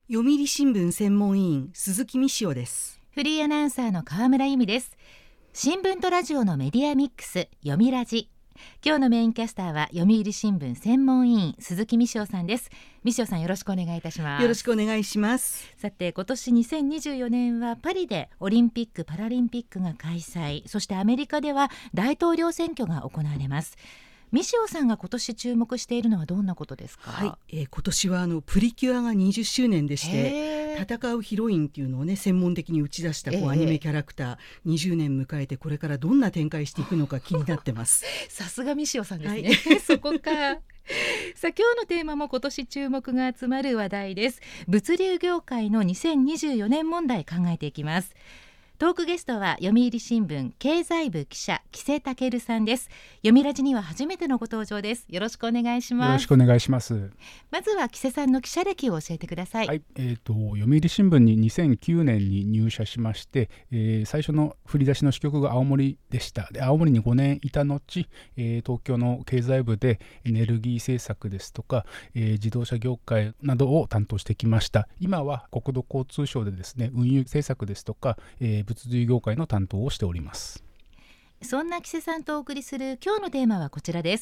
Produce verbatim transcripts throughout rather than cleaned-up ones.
読売新聞専門委員鈴木美潮です。 フリーアナウンサーの河村由美です。新聞とラジオのメディアミックス、読みラジ。今日のメインキャスターは読売新聞専門委員鈴木美潮さんです。美潮さん、よろしくお願いいたします。 よろしくお願いします。 さて、今年にせんにじゅうよねんはパリでオリンピック・パラリンピックが開催、そしてアメリカでは大統領選挙が行われます。美潮さんが今年注目しているのはどんなことですか？ はい、えー、今年はあのプリキュアがにじゅっしゅうねんでして、戦うヒロインっていうのをね専門的に打ち出したこうアニメキャラクター、にじゅうねん迎えて、これからどんな展開していくのか気になってますさすが美潮さんですね、 はい、 そこかさあ、今日のテーマも今年注目が集まる話題です。物流業界のにせんにじゅうよねん問題考えていきます。トークゲストは読売新聞経済部記者木瀬健さんです。読みラジには初めてのご登場です。よろしくお願いします。 よろしくお願いします。 まずは木瀬さんの記者歴を教えてください。 はい、えーと、読売新聞ににせんきゅうねんに入社しまして、えー、最初の振り出しの支局が青森でした。で、青森にごねんいた後、えー、東京の経済部でエネルギー政策ですとか、えー、自動車業界などを担当してきました。今は国土交通省でですね、運輸政策ですとか、えー物流業界の担当をしております。 そんな木瀬さんとお送りする今日のテーマはこちらです。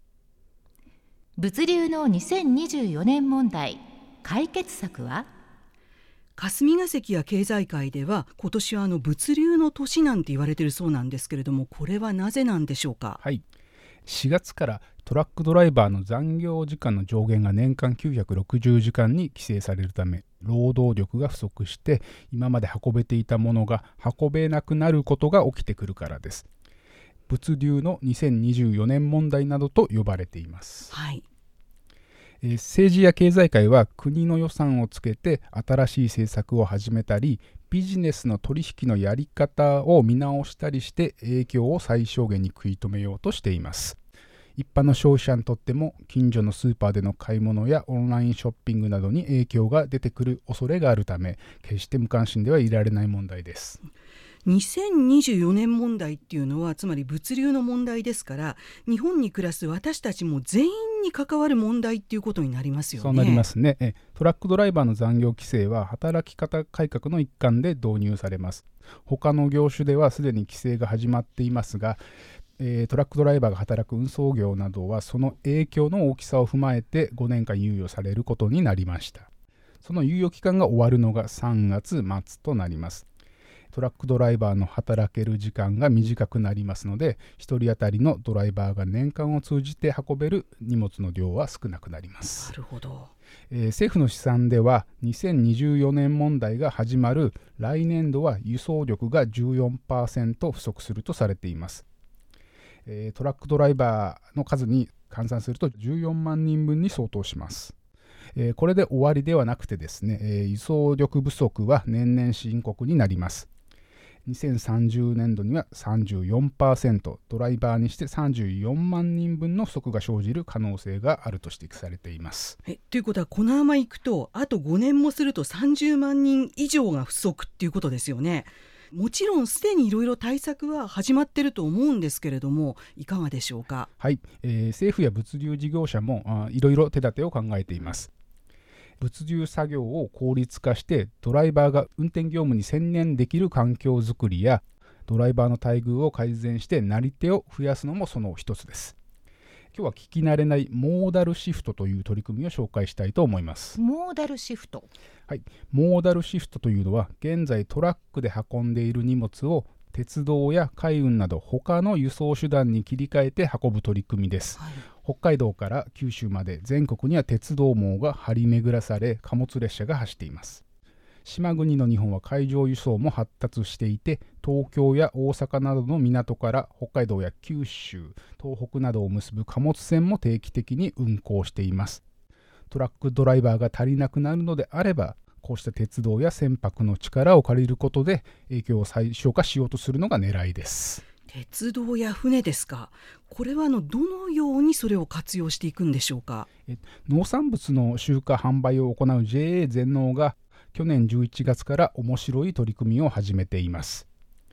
物流のにせんにじゅうよねん問題、解決策は？ 霞が関や経済界では今年はあの物流の年なんて言われているそうなんですけれども、これはなぜなんでしょうか？ はい、しがつからトラックドライバーの残業時間の上限が年間きゅうひゃくろくじゅうじかんに規制されるため、労働力が不足して今まで運べていたものが運べなくなることが起きてくるからです。物流のにせんにじゅうよねん問題などと呼ばれています。 はい、 えー、政治や経済界は国の予算をつけて新しい政策を始めたり、ビジネスの取引のやり方を見直したりして影響を最小限に食い止めようとしています。一般の消費者にとっても近所のスーパーでの買い物やオンラインショッピングなどに影響が出てくる恐れがあるため、決して無関心ではいられない問題です。 にせんにじゅうよねん問題っていうのはつまり物流の問題ですから、日本に暮らす私たちも全員に関わる問題っていうことになりますよね。 そうなりますね。えトラックドライバーの残業規制は働き方改革の一環で導入されます。他の業種ではすでに規制が始まっていますが、えー、トラックドライバーが働く運送業などはその影響の大きさを踏まえてごねんかん猶予されることになりました。その猶予期間が終わるのがさんがつ末となります。トラックドライバーの働ける時間が短くなりますので、ひとり当たりのドライバーが年間を通じて運べる荷物の量は少なくなります。 なるほど。 えー、政府の試算ではにせんにじゅうよねん問題が始まる来年度は輸送力が じゅうよんパーセント 不足するとされています。えー、トラックドライバーの数に換算するとじゅうよんまんにんぶんに相当します。えー、これで終わりではなくてですね、えー、輸送力不足は年々深刻になります。にせんさんじゅうねんどには さんじゅうよんパーセント、ドライバーにしてさんじゅうよんまんにんぶんの不足が生じる可能性があると指摘されています。 えということは、このままいくとあとごねんもするとさんじゅうまんにん以上が不足っていうことですよね。もちろんすでにいろいろ対策は始まっていると思うんですけれども、いかがでしょうか？ はい、えー、政府や物流事業者もいろいろ手立てを考えています。物流作業を効率化してドライバーが運転業務に専念できる環境づくりや、ドライバーの待遇を改善してなり手を増やすのもその一つです。今日は聞き慣れないモーダルシフトという取り組みを紹介したいと思います。 モーダルシフト、 はい、モーダルシフトというのは現在トラックで運んでいる荷物を鉄道や海運など他の輸送手段に切り替えて運ぶ取り組みです。はい、北海道から九州まで全国には鉄道網が張り巡らされ、貨物列車が走っています。島国の日本は海上輸送も発達していて、東京や大阪などの港から北海道や九州、東北などを結ぶ貨物船も定期的に運航しています。トラックドライバーが足りなくなるのであれば、こうした鉄道や船舶の力を借りることで影響を最小化しようとするのが狙いです。 鉄道や船ですか。これはあのどのようにそれを活用していくんでしょうか？ え農産物の集荷販売を行う ジェーエー 全農が去年じゅういちがつから面白い取り組みを始めています。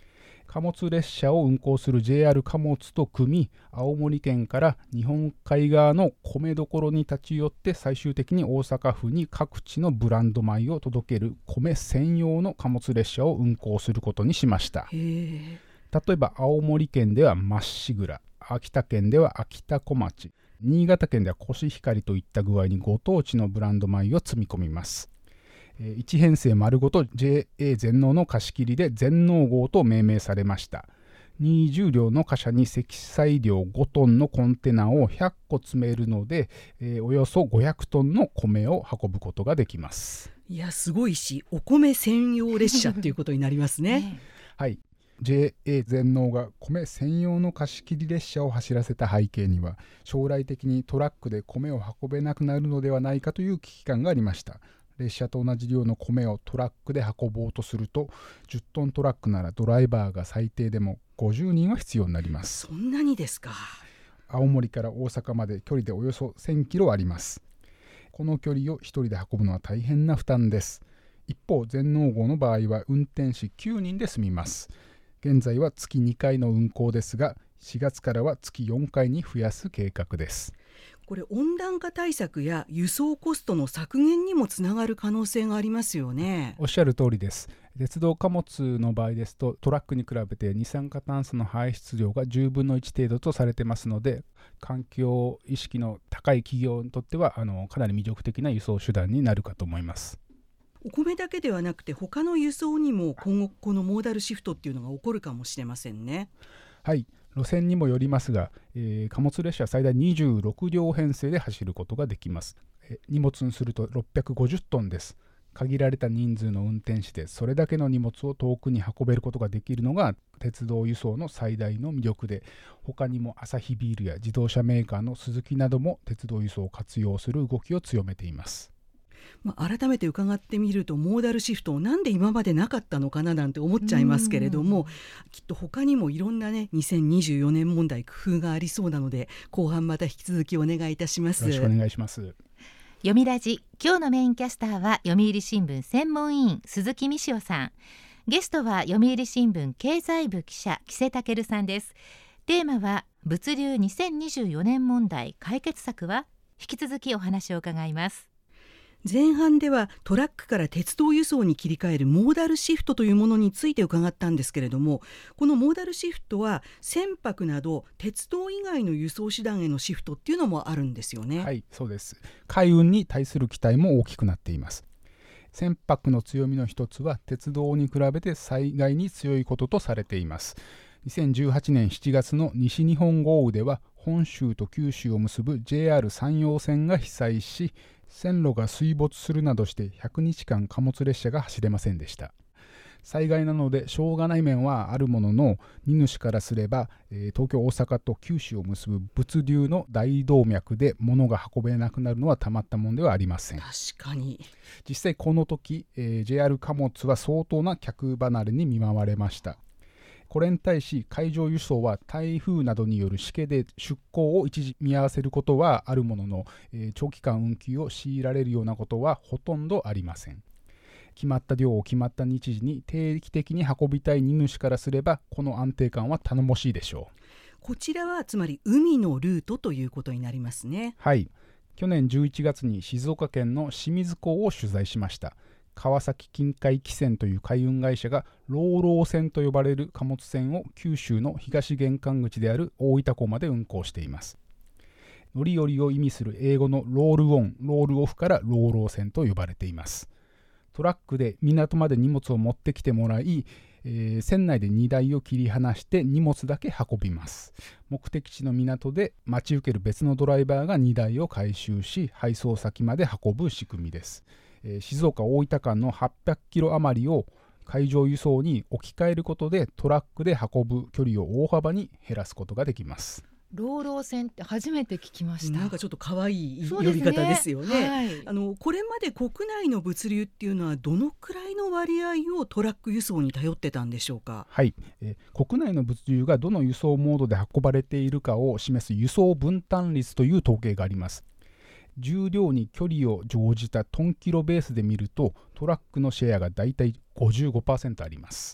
貨物列車を運行する ジェイアール 貨物と組み、青森県から日本海側の米どころに立ち寄って、最終的に大阪府に各地のブランド米を届ける米専用の貨物列車を運行することにしました。 へー。 例えば青森県ではまっしぐら、秋田県では秋田小町、新潟県ではコシヒカリといった具合にご当地のブランド米を積み込みます。いち編成丸ごと ジェイエー 全農の貸し切りで全農号と命名されました。にじゅう両の貨車に積載量ごトンのコンテナをひゃっこ積めるので、えー、およそごひゃくトンの米を運ぶことができます。 いや、すごいし、お米専用列車っていうことになりますね。 はい。ジェイエー 全農が米専用の貸し切り列車を走らせた背景には、将来的にトラックで米を運べなくなるのではないかという危機感がありました。列車と同じ量の米をトラックで運ぼうとすると、じゅっトントラックならドライバーが最低でもごじゅうにんは必要になります。 そんなにですか。 青森から大阪まで距離でおよそせんキロあります。この距離を一人で運ぶのは大変な負担です。一方、全農号の場合は運転士きゅうにんで済みます。現在は月にかいの運行ですが、しがつからは月よんかいに増やす計画です。 これ温暖化対策や輸送コストの削減にもつながる可能性がありますよね。 おっしゃる通りです。鉄道貨物の場合ですと、トラックに比べて二酸化炭素の排出量がじゅうぶんのいち程度とされてますので、環境意識の高い企業にとってはあのかなり魅力的な輸送手段になるかと思います。 お米だけではなくて他の輸送にも今後このモーダルシフトっていうのが起こるかもしれませんね。 はい、路線にもよりますが、えー、貨物列車は最大にじゅうろく両編成で走ることができます。えー、荷物にするとろっぴゃくごじゅうトンです。限られた人数の運転士でそれだけの荷物を遠くに運べることができるのが鉄道輸送の最大の魅力で、他にもアサヒビールや自動車メーカーのスズキなども鉄道輸送を活用する動きを強めています。 まあ、改めて伺ってみると、モーダルシフトをなんで今までなかったのかななんて思っちゃいますけれども、きっと他にもいろんなねにせんにじゅうよねん問題工夫がありそうなので、後半また引き続きお願いいたします。 よろしくお願いします。 読みラジ、今日のメインキャスターは読売新聞専門委員鈴木美潮さん、ゲストは読売新聞経済部記者木瀬健さんです。テーマは物流にせんにじゅうよねん問題解決策は。引き続きお話を伺います。 前半ではトラックから鉄道輸送に切り替えるモーダルシフトというものについて伺ったんですけれども、このモーダルシフトは船舶など鉄道以外の輸送手段へのシフトっていうのもあるんですよね。 はい、そうです。海運に対する期待も大きくなっています。船舶の強みの一つは鉄道に比べて災害に強いこととされています。にせんじゅうはちねんしちがつの西日本豪雨では本州と九州を結ぶ ジェイアール 山陽線が被災し、線路が水没するなどしてひゃくにちかん貨物列車が走れませんでした。災害なのでしょうがない面はあるものの、荷主からすれば、えー、東京大阪と九州を結ぶ物流の大動脈で物が運べなくなるのはたまったもんではありません。 確かに実際この時、えー、ジェイアール 貨物は相当な客離れに見舞われました。これに対し海上輸送は台風などによるしけで出港を一時見合わせることはあるものの、えー、長期間運休を強いられるようなことはほとんどありません。決まった量を決まった日時に定期的に運びたい荷主からすれば、この安定感は頼もしいでしょう。 こちらはつまり海のルートということになりますね。 はい、去年じゅういちがつに静岡県の清水港を取材しました。川崎近海汽船という海運会社がローロー船と呼ばれる貨物船を九州の東玄関口である大分港まで運航しています。乗り降りを意味する英語のロールオン、ロールオフからローロー船と呼ばれています。トラックで港まで荷物を持ってきてもらい、えー、船内で荷台を切り離して荷物だけ運びます。目的地の港で待ち受ける別のドライバーが荷台を回収し、配送先まで運ぶ仕組みです。えー、静岡大分間のはっぴゃくキロ余りを海上輸送に置き換えることでトラックで運ぶ距離を大幅に減らすことができます。 ローロー船って初めて聞きました。 なんかちょっと可愛い呼び方ですよね。 はい、 あのこれまで国内の物流っていうのはどのくらいの割合をトラック輸送に頼ってたんでしょうか。 はい、えー、国内の物流がどの輸送モードで運ばれているかを示す輸送分担率という統計があります。重量に距離を乗じたトンキロベースで見ると、トラックのシェアがだいたい ごじゅうごパーセント あります。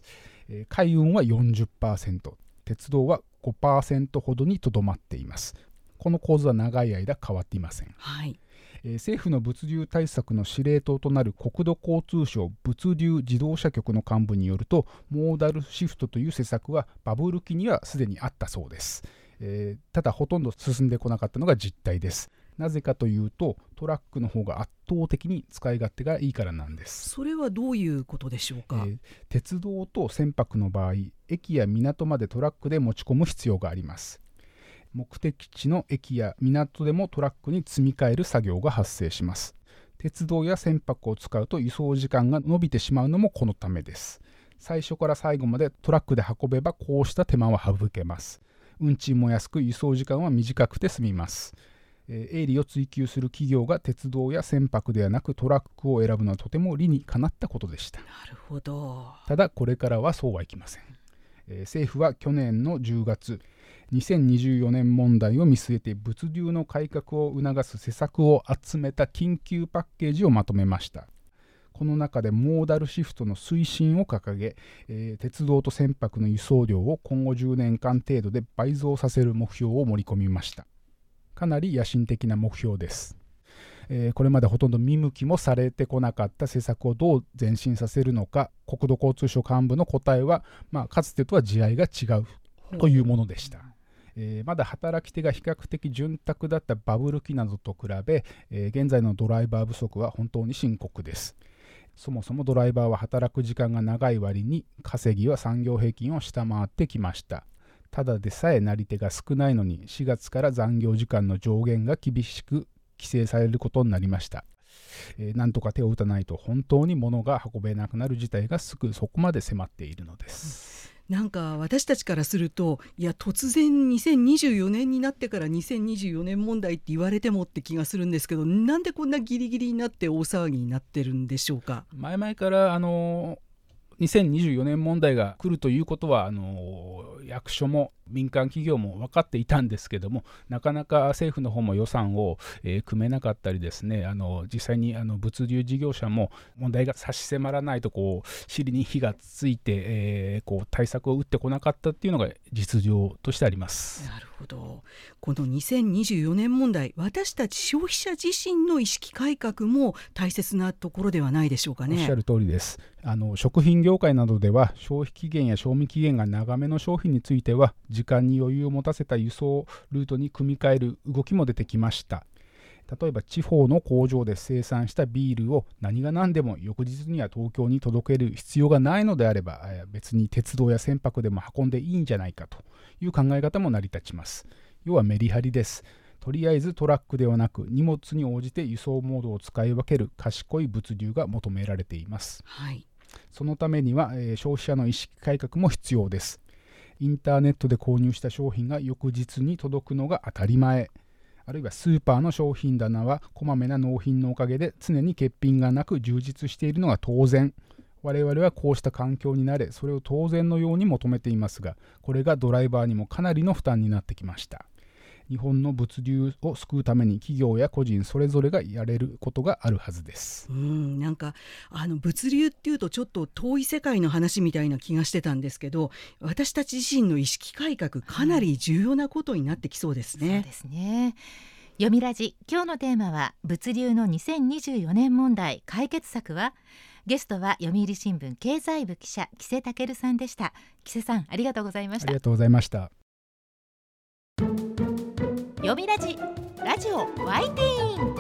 えー、海運は よんじゅっパーセント、鉄道は ごパーセント ほどにとどまっています。この構図は長い間変わっていません。 はい。 えー、政府の物流対策の司令塔となる国土交通省物流自動車局の幹部によると、モーダルシフトという施策はバブル期にはすでにあったそうです。えー、ただほとんど進んでこなかったのが実態です。なぜかというと、トラックの方が圧倒的に使い勝手がいいからなんです。 それはどういうことでしょうか。 えー、鉄道と船舶の場合、駅や港までトラックで持ち込む必要があります。目的地の駅や港でもトラックに積み替える作業が発生します。鉄道や船舶を使うと輸送時間が伸びてしまうのもこのためです。最初から最後までトラックで運べばこうした手間は省けます。運賃も安く輸送時間は短くて済みます。えー、営利を追求する企業が鉄道や船舶ではなくトラックを選ぶのはとても理にかなったことでした。 なるほど。 ただこれからはそうはいきません。えー、政府は去年のじゅうがつ、にせんにじゅうよねん問題を見据えて物流の改革を促す施策を集めた緊急パッケージをまとめました。この中でモーダルシフトの推進を掲げ、えー、鉄道と船舶の輸送量を今後じゅうねんかん程度で倍増させる目標を盛り込みました。かなり野心的な目標です。えー、これまでほとんど見向きもされてこなかった施策をどう前進させるのか、国土交通省幹部の答えは、まあ、かつてとは地合いが違うというものでした。えー、まだ働き手が比較的潤沢だったバブル期などと比べ、えー、現在のドライバー不足は本当に深刻です。そもそもドライバーは働く時間が長い割に稼ぎは産業平均を下回ってきました。ただでさえなり手が少ないのにしがつから残業時間の上限が厳しく規制されることになりました。えー、なんとか手を打たないと本当に物が運べなくなる事態がすぐそこまで迫っているのです。 なんか私たちからすると、いや突然にせんにじゅうよねんになってからにせんにじゅうよねん問題って言われてもって気がするんですけど、なんでこんなギリギリになって大騒ぎになってるんでしょうか。 前々からあのにせんにじゅうよねん問題が来るということはあの役所も民間企業も分かっていたんですけども、なかなか政府の方も予算を、えー、組めなかったりですね、あの実際にあの物流事業者も問題が差し迫らないとこう尻に火がついて、えー、こう対策を打ってこなかったっていうのが実情としてあります。 なるほど。このにせんにじゅうよねん問題、私たち消費者自身の意識改革も大切なところではないでしょうかね。 おっしゃる通りです。あの食品業界などでは消費期限や賞味期限が長めの商品については時間に余裕を持たせた輸送ルートに組み替える動きも出てきました。例えば地方の工場で生産したビールを何が何でも翌日には東京に届ける必要がないのであれば、別に鉄道や船舶でも運んでいいんじゃないかという考え方も成り立ちます。要はメリハリです。とりあえずトラックではなく荷物に応じて輸送モードを使い分ける賢い物流が求められています。 はい、 そのためには、えー、消費者の意識改革も必要です。インターネットで購入した商品が翌日に届くのが当たり前。あるいはスーパーの商品棚はこまめな納品のおかげで常に欠品がなく充実しているのが当然。我々はこうした環境に慣れ、それを当然のように求めていますが、これがドライバーにもかなりの負担になってきました。日本の物流を救うために企業や個人それぞれがやれることがあるはずです。 うん、なんかあの物流っていうとちょっと遠い世界の話みたいな気がしてたんですけど、私たち自身の意識改革かなり重要なことになってきそうですね。 そうですね。読みラジ、今日のテーマは物流のにせんにじゅうよねん問題解決策は。ゲストは読売新聞経済部記者木瀬健さんでした。木瀬さん、ありがとうございました。 ありがとうございました。 読みラジ、ラジオワイティーン。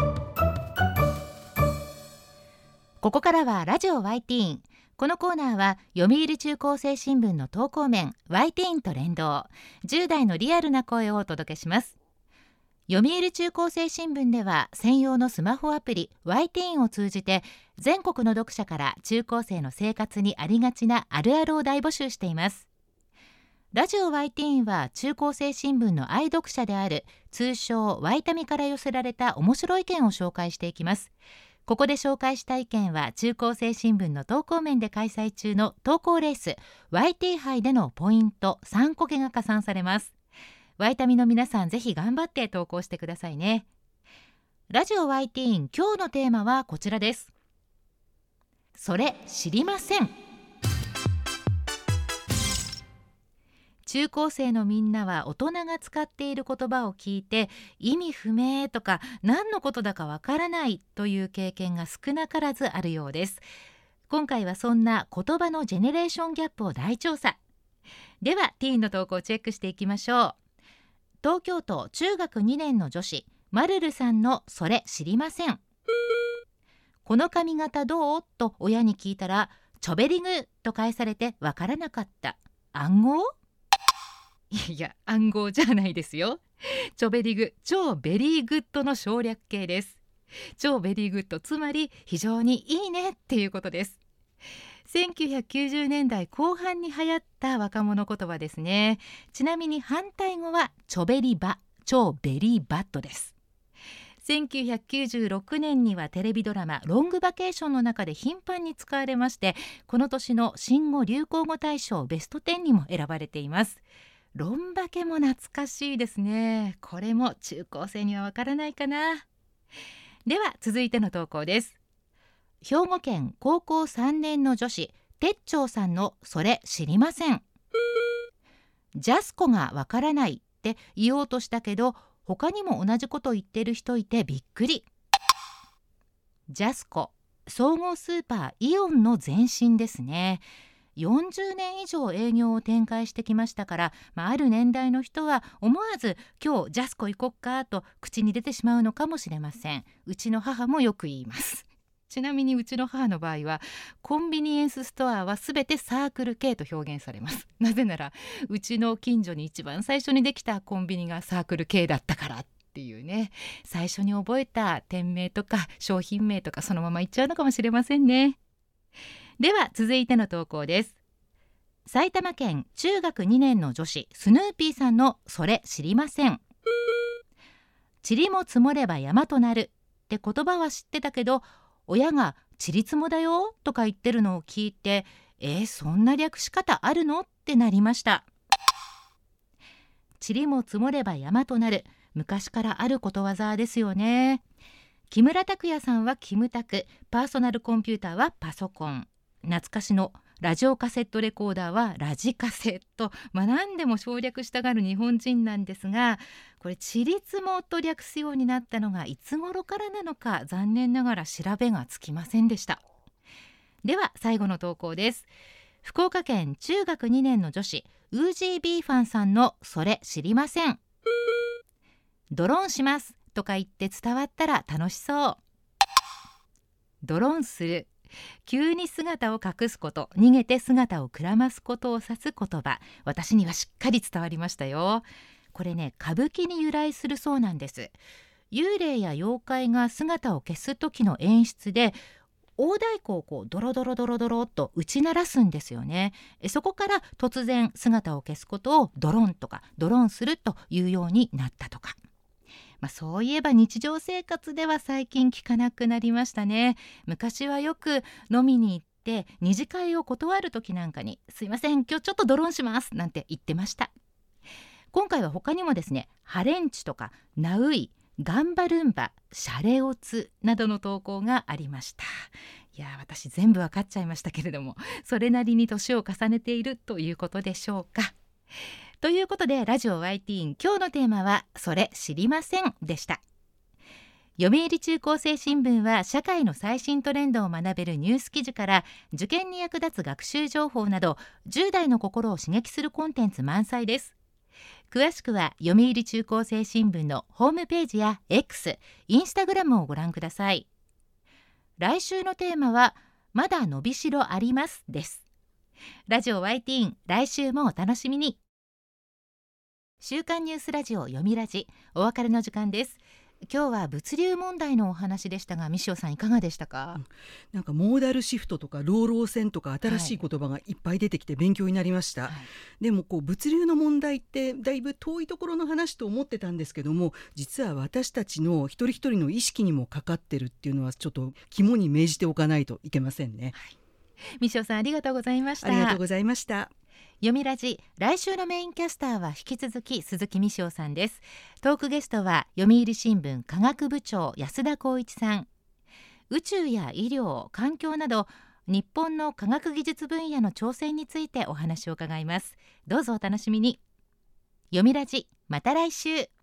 ここからはラジオワイティーン。このコーナーは読売中高生新聞の投稿面ワイティーンと連動、じゅう代のリアルな声をお届けします。読売中高生新聞では専用のスマホアプリワイティーンを通じて全国の読者から中高生の生活にありがちなあるあるを大募集しています。ラジオワイティーンは中高生新聞の愛読者である通称ワイタミから寄せられた面白い意見を紹介していきます。ここで紹介した意見は中高生新聞の投稿面で開催中の投稿レース ワイティー 杯でのポイントさんこけが加算されます。ワイタミの皆さん、ぜひ頑張って投稿してくださいね。ラジオワイティーン、今日のテーマはこちらです。それ知りません。 中高生のみんなは大人が使っている言葉を聞いて意味不明とか何のことだかわからないという経験が少なからずあるようです。今回はそんな言葉のジェネレーションギャップを大調査。ではティーンの投稿をチェックしていきましょう。東京都中学にねんの女子マルルさんのそれ知りません。この髪型どうと親に聞いたらチョベリグと返されてわからなかった。暗号？いやいや暗号じゃないですよ。チョベリグ、超ベリーグッドの省略形です。超ベリーグッド、つまり非常にいいねっていうことです。せんきゅうひゃくきゅうじゅうねんだいこう半に流行った若者言葉ですね。ちなみに反対語はチョベリバ、超ベリーバッドです。せんきゅうひゃくきゅうじゅうろくねんにはテレビドラマロングバケーションの中で頻繁に使われまして、この年の新語・流行語大賞ベストじゅうにも選ばれています。ロンバケも懐かしいですね。これも中高生にはわからないかな。では続いての投稿です。兵庫県高校さんねんの女子てっちょうさんのそれ知りません。ジャスコがわからないって言おうとしたけど他にも同じこと言ってる人いてびっくり。ジャスコ、総合スーパーイオンの前身ですね。よんじゅうねん以上営業を展開してきましたから、まあ、ある年代の人は思わず今日ジャスコ行こっかと口に出てしまうのかもしれません。うちの母もよく言います。ちなみにうちの母の場合はコンビニエンスストアはすべてサークル系と表現されます。なぜならうちの近所に一番最初にできたコンビニがサークル系だったからっていうね、最初に覚えた店名とか商品名とかそのまま言っちゃうのかもしれませんね。では続いての投稿です。埼玉県中学にねんの女子スヌーピーさんのそれ知りません。塵も積もれば山となるって言葉は知ってたけど親がちりつもだよとか言ってるのを聞いて、えー、そんな略し方あるのってなりました。塵も積もれば山となる、昔からあることわざですよね。木村拓哉さんはキムタク、パーソナルコンピューターはパソコン、懐かしのラジオカセットレコーダーはラジカセと、まあ、何でも省略したがる日本人なんですが、これちりつもと略すようになったのがいつ頃からなのか残念ながら調べがつきませんでした。では最後の投稿です。福岡県中学にねんの女子ウージービーファンさんのそれ知りません。ドローンしますとか言って伝わったら楽しそう。ドローンする、急に姿を隠すこと、逃げて姿をくらますことを指す言葉、私にはしっかり伝わりましたよ。これね、歌舞伎に由来するそうなんです。幽霊や妖怪が姿を消す時の演出で大太鼓をこうドロドロドロドロっと打ち鳴らすんですよね。そこから突然姿を消すことをドロンとかドロンするというようになったとか。まあ、そういえば日常生活では最近聞かなくなりましたね。昔はよく飲みに行って二次会を断る時なんかに、すいません今日ちょっとドロンしますなんて言ってました。今回は他にもですね、ハレンチとかナウイ、ガンバルンバ、シャレオツなどの投稿がありました。いや私全部わかっちゃいましたけれども、それなりに年を重ねているということでしょうか。ということでラジオワイティーン、今日のテーマはそれ知りませんでした。読売中高生新聞は社会の最新トレンドを学べるニュース記事から受験に役立つ学習情報などじゅう代の心を刺激するコンテンツ満載です。詳しくは読売中高生新聞のホームページや X、インスタグラムをご覧ください。来週のテーマはまだ伸びしろありますです。ラジオワイティーン、来週もお楽しみに。週刊ニュースラジオ読みラジ、お別れの時間です。今日は物流問題のお話でしたが、三塩さんいかがでしたか？ なんかモーダルシフトとかローロー線とか新しい言葉がいっぱい出てきて勉強になりました、はい、でもこう物流の問題ってだいぶ遠いところの話と思ってたんですけども、実は私たちの一人一人の意識にもかかってるっていうのはちょっと肝に銘じておかないといけませんね、はい、 三塩さんありがとうございました。 ありがとうございました。 読みラジ、来週のメインキャスターは引き続き鈴木美塩さんです。トークゲストは読売新聞科学部長安田光一さん。宇宙や医療、環境など日本の科学技術分野の挑戦についてお話を伺います。どうぞお楽しみに。 読みラジまた来週。